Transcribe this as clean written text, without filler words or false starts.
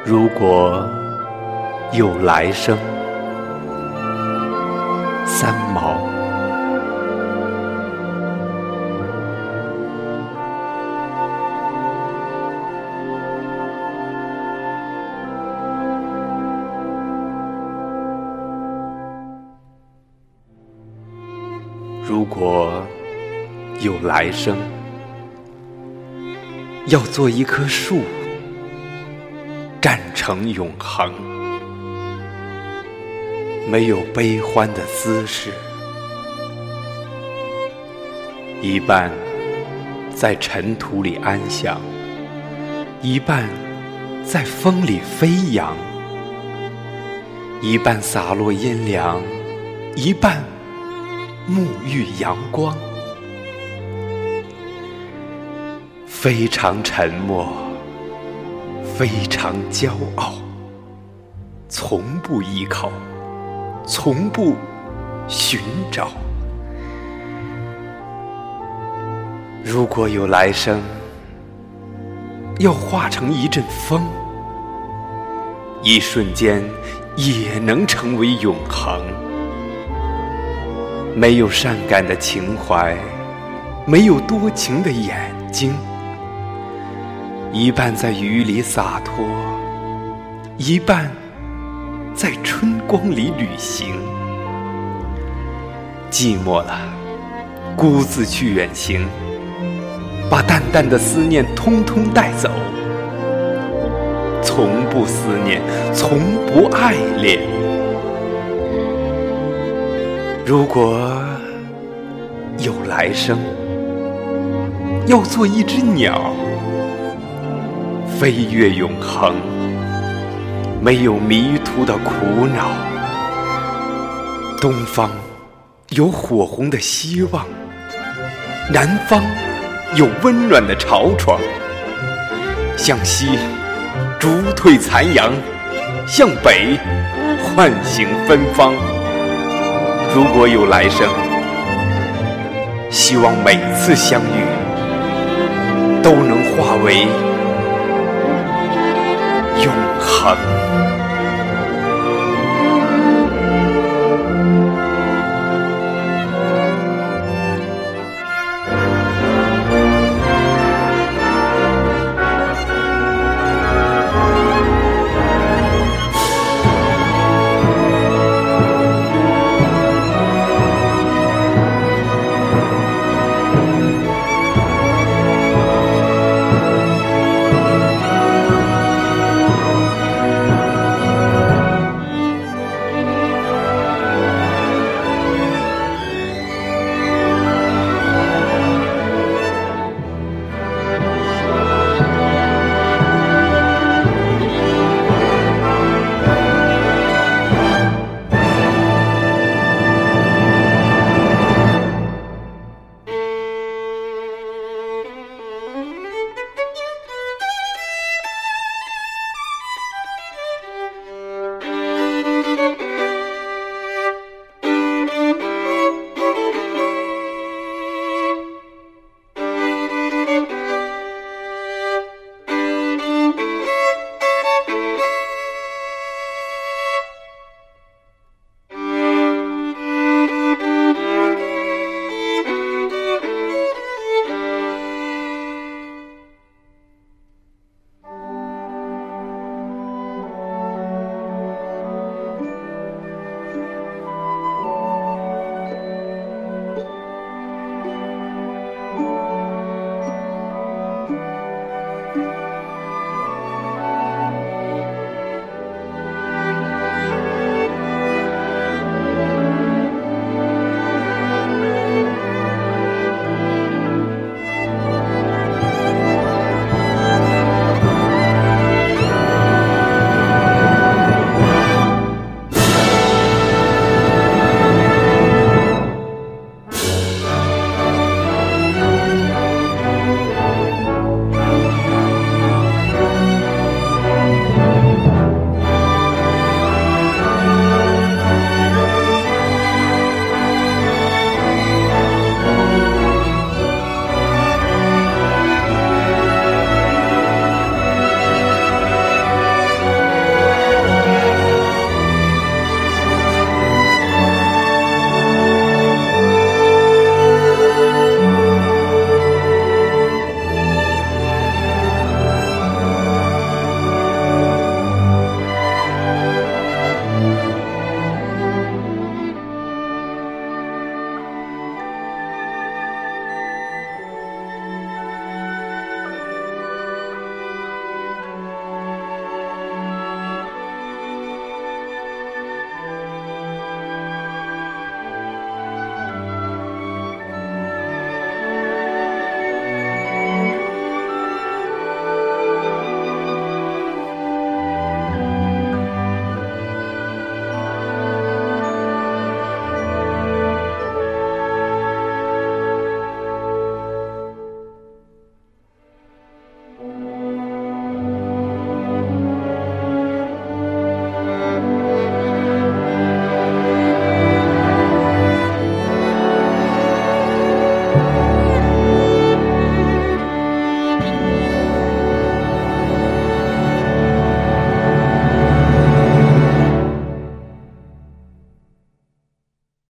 如果有来生，三毛。如果有来生，要做一棵树，站成永恒，没有悲欢的姿势，一半在尘土里安详，一半在风里飞扬，一半洒落阴凉，一半沐浴阳光，非常沉默，非常骄傲，从不依靠，从不寻找。如果有来生，要化成一阵风，一瞬间也能成为永恒。没有善感的情怀，没有多情的眼睛，一半在雨里洒脱，一半在春光里旅行。寂寞了，孤自去远行，把淡淡的思念通通带走。从不思念，从不爱恋。如果有来生，要做一只鸟，飞越永恒，没有迷途的苦恼。东方有火红的希望，南方有温暖的潮闯。向西逐退残阳，向北唤醒芬芳。如果有来生，希望每次相遇都能化为永恒。